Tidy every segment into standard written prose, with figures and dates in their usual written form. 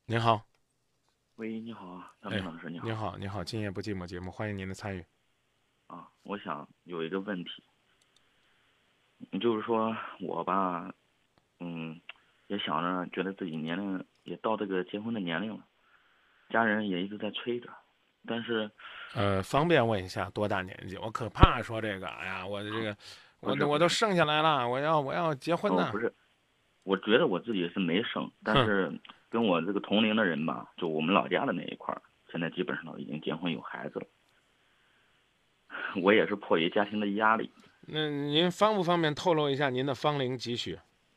您好。 喂，你好啊，张明哎， 老师，你好您好，您好，今夜不寂寞节目，欢迎您的参与。 啊。我想有一个问题，就是说我吧，嗯，也想着觉得自己年龄也到这个结婚的年龄了，家人也一直在催着，但是方便问一下多大年纪？我可怕说这个，哎呀，我的这个，我都不是不是， 剩下来了，我要结婚哦， 呢。 不是，我觉得我自己是没生，但哼。 是跟我这个同龄的人吧，就我们老家的那一块儿，现在基本上都已经结婚有孩子了。我也是迫于家庭的压力， 那您方不方便透露一下您的芳龄几许？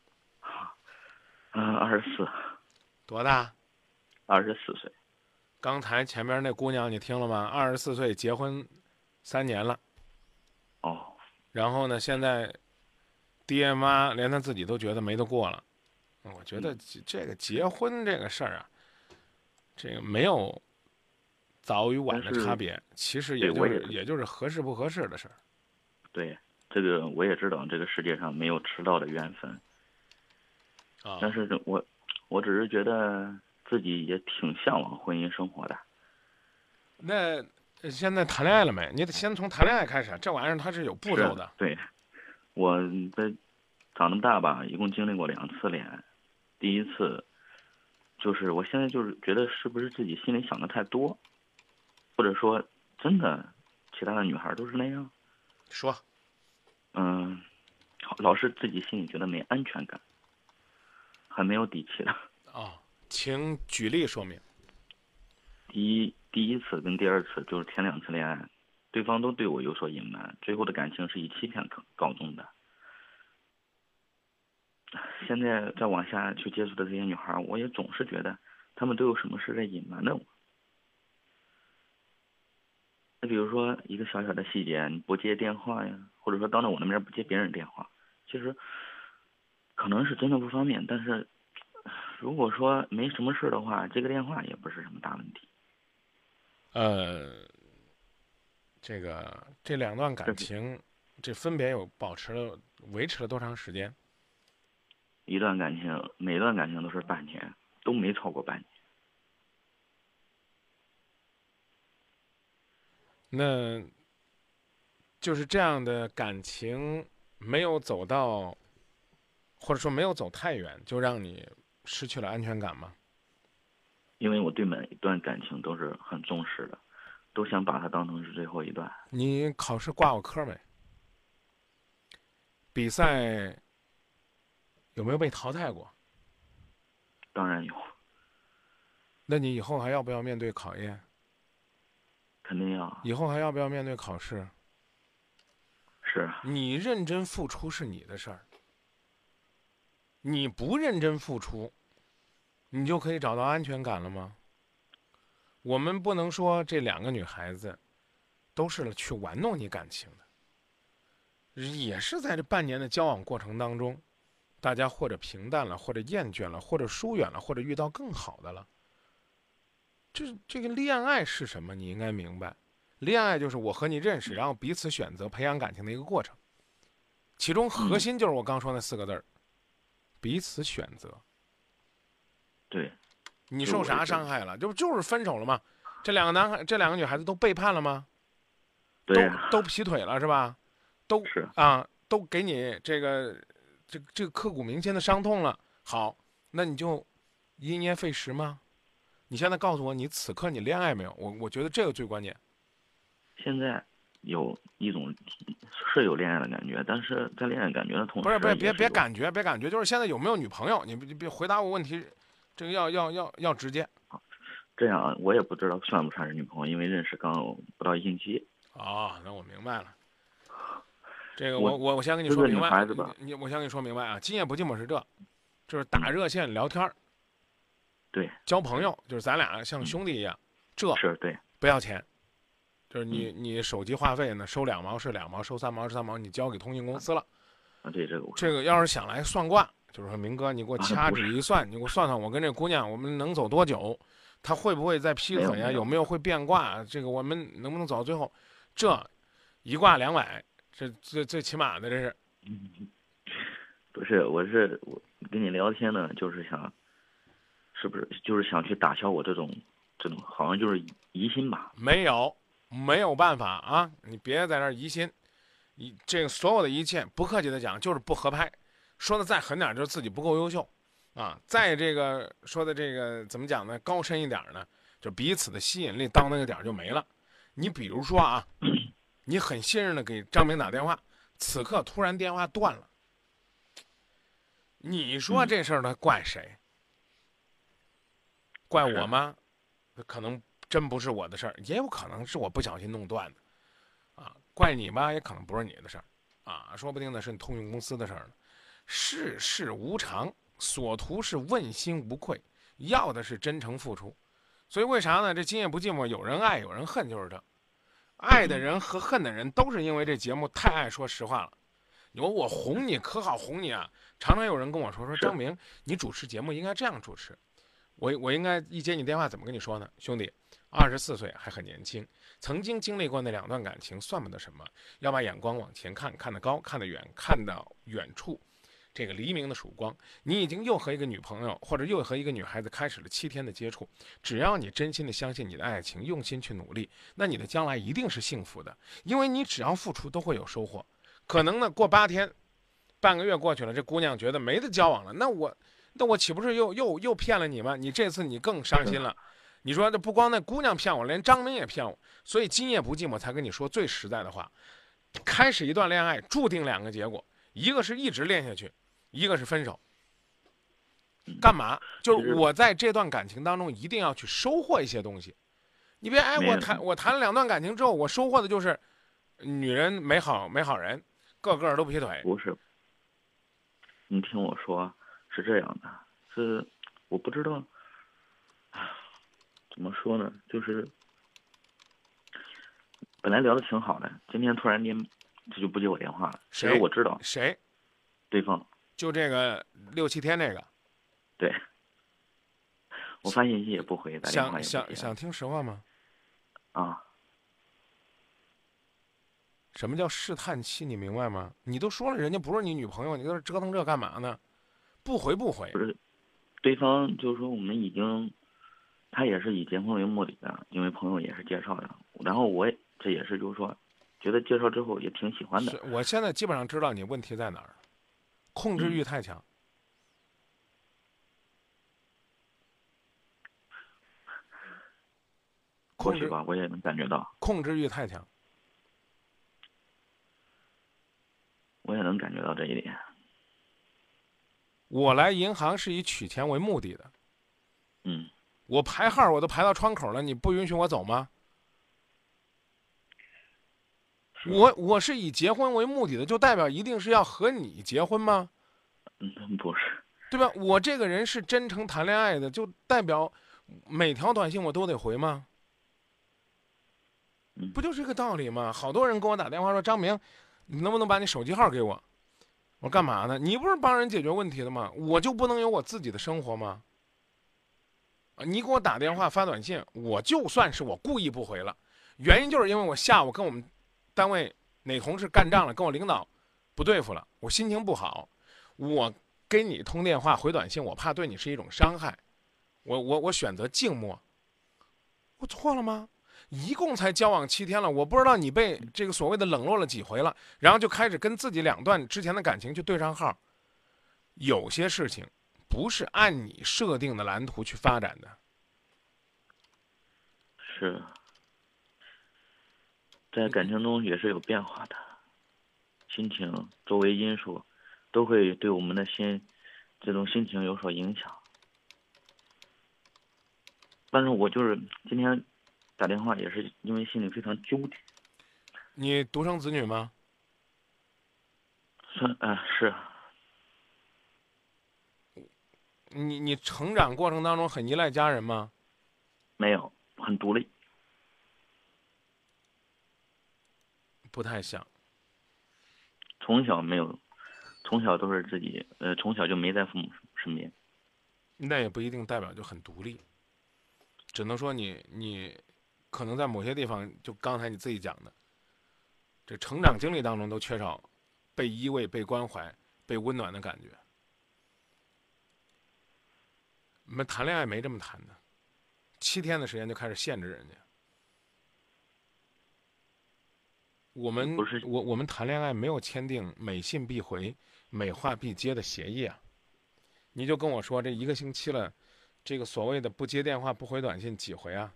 24， 多大？ 24岁。 刚才前面那姑娘你听了吗？24岁结婚3年了， 哦， 然后呢，现在爹妈连他自己都觉得没得过了。我觉得嗯， 这个结婚这个事儿啊，这个没有早与晚的差但是别，其实也就对我也是也就是合适不合适的事儿。 对，这个我也知道，这个世界上没有迟到的缘分。但啊。 是我只是觉得自己也挺向往婚姻生活的。 那现在谈恋爱了没？你得先从谈恋爱开始啊，这玩意儿它是有步骤是， 的。 对，我在长这么大吧，一共经历过2次恋爱。第一次就是我现在就是觉得是不是自己心里想的太多，或者说真的其他的女孩都是那样。 说。 嗯，老是自己心里觉得没安全感，很没有底气的。 啊，请举例说明。 第一次跟第二次就是前2次恋爱，对方都对我有所隐瞒，最后的感情是以欺骗告终的。现在再往下去接触的这些女孩，我也总是觉得她们都有什么事在隐瞒着我。那比如说一个小小的细节，你不接电话呀，或者说当着我的面不接别人电话，其实可能是真的不方便，但是如果说没什么事的话，接个电话也不是什么大问题。 呃，这两段这是感情，这分别有维持了多长时间？ 一段感情，每段感情都是半年，都没超过半年。 那就是这样的感情没有走到，或者说没有走太远，就让你失去了安全感吗？ 因为我对每一段感情都是很重视的，都想把它当成是最后一段。 你考试挂过科没？比赛有没有被淘汰过？ 当然有， 那你以后还要不要面对考验？ 肯定要。 以后还要不要面对考试？ 是啊， 你认真付出是你的事儿，你不认真付出，你就可以找到安全感了吗？我们不能说这两个女孩子都是去玩弄你感情的，也是在这半年的交往过程当中，大家或者平淡了，或者厌倦了，或者疏远了，或者遇到更好的了。这个恋爱是什么？你应该明白，恋爱就是我和你认识，然后彼此选择，培养感情的一个过程。其中核嗯， 心就是我刚说那4个字儿：彼此选择。 对， 你受啥就我也觉得， 伤害了？就是分手了吗？这两个女孩子都背叛了吗？ 对啊， 都劈腿了是吧？都是， 都给你这个刻骨铭心的伤痛了。好，那你就因噎废食吗？你现在告诉我，你此刻你恋爱没有？我觉得这个最关键。 现在有一种是有恋爱的感觉，但是在恋爱感觉的同不是， 时， 别也是有别感觉，就是现在有没有女朋友？你别回答我问题，这个要直接。 这样啊。我也不知道算不算是女朋友，因为认识刚有不到1星期。 哦，那我明白了。这个我我先跟你这个女说明白， 孩子吧， 我先跟你说明白啊。今夜不寂寞是这，就是打嗯， 热线聊天对， 交朋对， 友，就是咱俩像嗯， 兄弟一样，这是对， 不要钱。就是嗯， 你手机话费呢，收2毛是2毛，收3毛是3毛，你交给通信公司了。 对，这个我知道。 这个要是想来算卦，就是说明哥，你给我掐不是， 指一算，你给我算算，我跟这姑娘我们能走多久？她会不会再劈腿呀？ 没有没有， 有没有会变卦？这个我们能不能走到最后？这一卦200，这最起码的这是。 不是，我跟你聊天呢，就是想是不是就是想去打消我这种好像就是疑心吧？ 没有办法啊！你别在那儿疑心，这个所有的一切，不客气的讲，就是不合拍。说的再狠点，就是自己不够优秀啊。再这个说的这个怎么讲呢？高深一点呢，就彼此的吸引力到那个点儿就没了。你比如说啊，你很信任的给张明打电话，此刻突然电话断了，你说这事儿呢，怪谁？怪我吗？可能真不是我的事儿，也有可能是我不小心弄断的，啊，怪你吧，也可能不是你的事儿，啊，说不定呢是你通讯公司的事儿呢。世事无常，所图是问心无愧，要的是真诚付出。所以为啥呢？这今夜不寂寞，有人爱，有人恨，就是这。爱的人和恨的人都是因为这节目太爱说实话了。你说我哄你可好哄你啊？常常有人跟我说张明，你主持节目应该这样主持。我应该一接你电话怎么跟你说呢？兄弟，24岁还很年轻，曾经经历过那2段感情，算不得什么。要把眼光往前看，看得高，看得远，看到远处，这个黎明的曙光。你已经又和一个女朋友，或者又和一个女孩子开始了7天的接触。只要你真心的相信你的爱情，用心去努力，那你的将来一定是幸福的，因为你只要付出，都会有收获。可能呢，过8天，半个月过去了，这姑娘觉得没得交往了，那我岂不是又骗了你吗？你这次你更伤心了。你说这不光那姑娘骗我，连张明也骗我。所以今夜不寂寞才跟你说最实在的话：开始一段恋爱，注定2个结果，一个是一直恋下去，一个是分手。干嘛？就是我在这段感情当中一定要去收获一些东西。你别我谈了2段感情之后，我收获的就是女人没好人，个个都劈腿。 不是，你听我说。是这样的，是我不知道怎么说呢，就是本来聊的挺好的，今天突然间他就不接我电话了。其实我知道谁， 对方就这个6、7天这个， 对，我发信息也不回，打电话也不接。 想听实话吗？ 啊， 什么叫试探期？你明白吗？你都说了，人家不是你女朋友，你在这折腾这干嘛呢？不回， 不是，对方就是说我们已经，他也是以结婚为目的的，因为朋友也是介绍的，然后这也是就是说，觉得介绍之后也挺喜欢的。 我现在基本上知道你问题在哪儿，控制欲太强。 或许吧，我也能感觉到。 控制欲太强， 我也能感觉到这一点。 我来银行是以取钱为目的的，我排号我都排到窗口了，你不允许我走吗？我是以结婚为目的的，就代表一定是要和你结婚吗？ 不是， 对吧？我这个人是真诚谈恋爱的，就代表每条短信我都得回吗？不就是这个道理吗？好多人跟我打电话说张明，你能不能把你手机号给我？我干嘛呢？你不是帮人解决问题的吗？我就不能有我自己的生活吗？你给我打电话发短信，我就算是我故意不回了，原因就是因为我下午跟我们单位哪同事干仗了，跟我领导不对付了，我心情不好，我给你通电话回短信，我怕对你是一种伤害，我选择静默，我错了吗？一共才交往7天了，我不知道你被这个所谓的冷落了几回了，然后就开始跟自己2段之前的感情去对上号。有些事情不是按你设定的蓝图去发展的。 是，在感情中也是有变化的，心情、周围因素都会对我们的这种心情有所影响。但是我就是今天打电话也是因为心里非常纠结。 你独生子女吗？ 是。 你成长过程当中很依赖家人吗？ 没有，很独立。 不太像。 从小没有，从小都是自己，从小就没在父母身边。 那也不一定代表就很独立，只能说你可能在某些地方，就刚才你自己讲的，这成长经历当中都缺少被依偎、被关怀、被温暖的感觉。 我们谈恋爱没这么谈的，7天的时间就开始限制人家。我们不是我们谈恋爱没有签订每信必回、每话必接的协议啊！你就跟我说这1个星期了，这个所谓的不接电话、不回短信几回啊？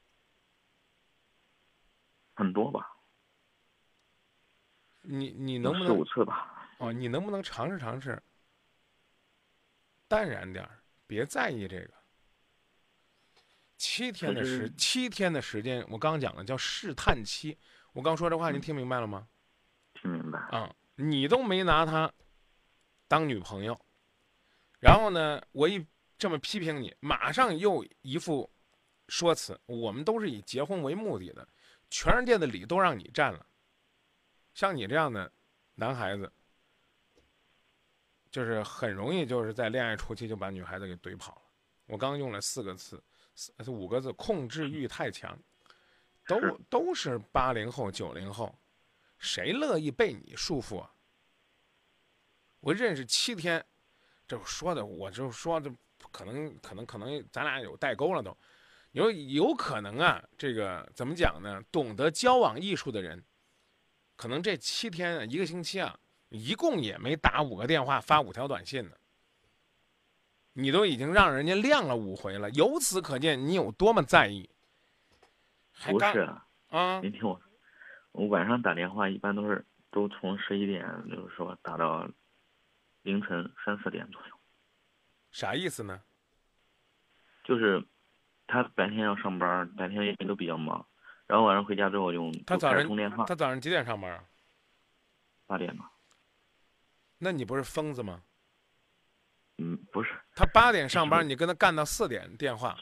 很多吧， 你有能不能 4、5次吧。 哦？你能不能尝试尝试，淡然点儿，别在意这个。7天的可是 7天的时间，我刚讲了叫试探期。我刚说这话，您听明白了吗？ 听明白。 啊，你都没拿她当女朋友，然后呢，我一这么批评你，马上又一副说辞，我们都是以结婚为目的的，全世界的理都让你占了。像你这样的男孩子，就是很容易就是在恋爱初期就把女孩子给怼跑了。我刚用了4个字，5个字，控制欲太强。都是80后、90后，谁乐意被你束缚啊？我认识7天，这说的我就说这可能咱俩有代沟了都，有可能啊，这个怎么讲呢？懂得交往艺术的人，可能这7天1个星期啊，一共也没打5个电话、发5条短信呢。你都已经让人家晾了5回了，由此可见你有多么在意。 不是啊， 您听我晚上打电话一般都从11点，就是说打到凌晨3、4点左右。 啥意思呢？ 就是他白天要上班，白天也都比较忙，然后晚上回家之后就开始通电话。 他早上几点上班啊 ？8点吧。 那你不是疯子吗？ 不是。 他8点上班，你跟他干到4点电话。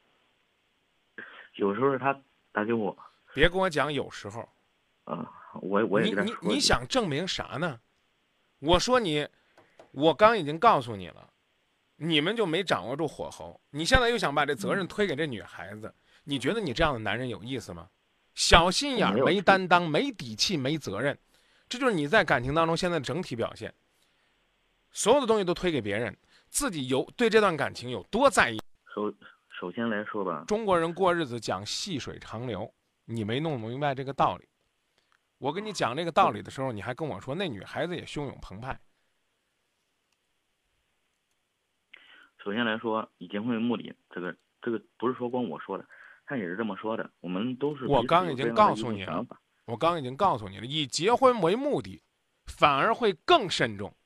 有时候他打给我。 别跟我讲有时候。 我也跟他说。 你想证明啥呢？我说我刚已经告诉你了，你们就没掌握住火候。你现在又想把这责任推给这女孩子，你觉得你这样的男人有意思吗？小心眼、没担当、没底气、没责任，这就是你在感情当中现在的整体表现。所有的东西都推给别人，自己对这段感情有多在意。 首先来说吧， 中国人过日子讲细水长流，你没弄明白这个道理。我跟你讲这个道理的时候，你还跟我说那女孩子也汹涌澎湃。 首先来说，以结婚为目的，这个不是说光我说的，他也是这么说的，我们都是。 我刚已经告诉你了，以结婚为目的，反而会更慎重。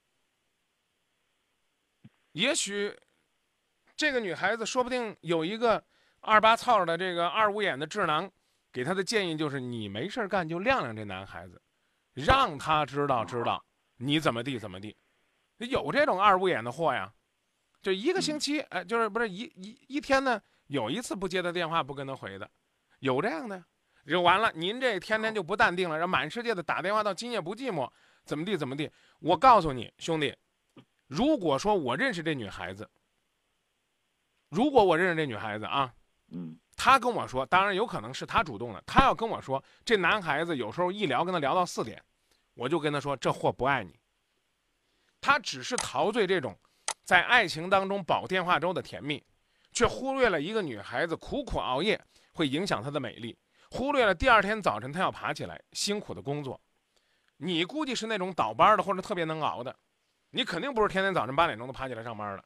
也许这个女孩子说不定有一个2八操的这个2五眼的智囊，给她的建议就是你没事干就晾晾这男孩子，让他知道你怎么地。有这种2五眼的货呀，就1个星期，就是不是一天呢，有1次不接他电话不跟他回的，有这样的。就完了，您这天天就不淡定了，让满世界的打电话到今夜不寂寞，怎么地。我告诉你兄弟，如果说我认识这女孩子啊，她跟我说，当然有可能是她主动的，她要跟我说这男孩子有时候一聊跟他聊到4点，我就跟他说这货不爱你，他只是陶醉这种在爱情当中保电话粥的甜蜜，却忽略了一个女孩子苦苦熬夜会影响她的美丽，忽略了第2天早晨她要爬起来辛苦的工作。你估计是那种倒班的或者特别能熬的，你肯定不是天天早晨8点钟都爬起来上班的。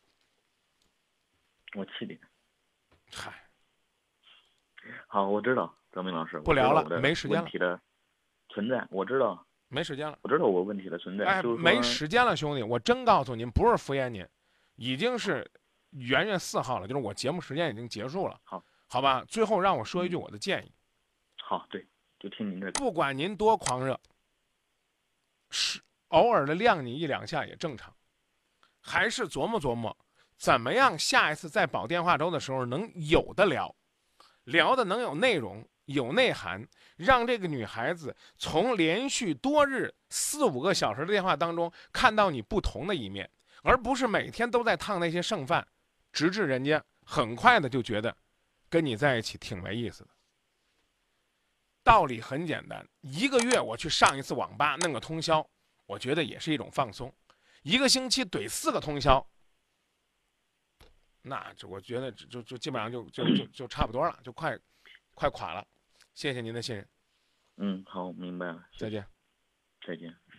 我7点。 嗨， 好，我知道，张明老师。 不聊了，没时间了。 问题的存在，我知道。 没时间了。 我知道我问题的存在。 没时间了，兄弟，我真告诉您，不是敷衍您，已经是元月4号了，就是我节目时间已经结束了。好吧，最后让我说一句我的建议。 好，对，就听您这个。 不管您多狂热，是偶尔的晾你1、2下也正常，还是琢磨怎么样下一次在保电话粥的时候能有的聊的能有内容有内涵，让这个女孩子从连续多日4、5个小时的电话当中看到你不同的一面，而不是每天都在烫那些剩饭，直至人家很快的就觉得跟你在一起挺没意思的。道理很简单，1个月我去上1次网吧弄个通宵，我觉得也是一种放松。1个星期怼4个通宵， 那这我觉得就基本上就差不多了，就快垮了。谢谢您的信任， 嗯，好，明白了，谢谢， 再见。 再见。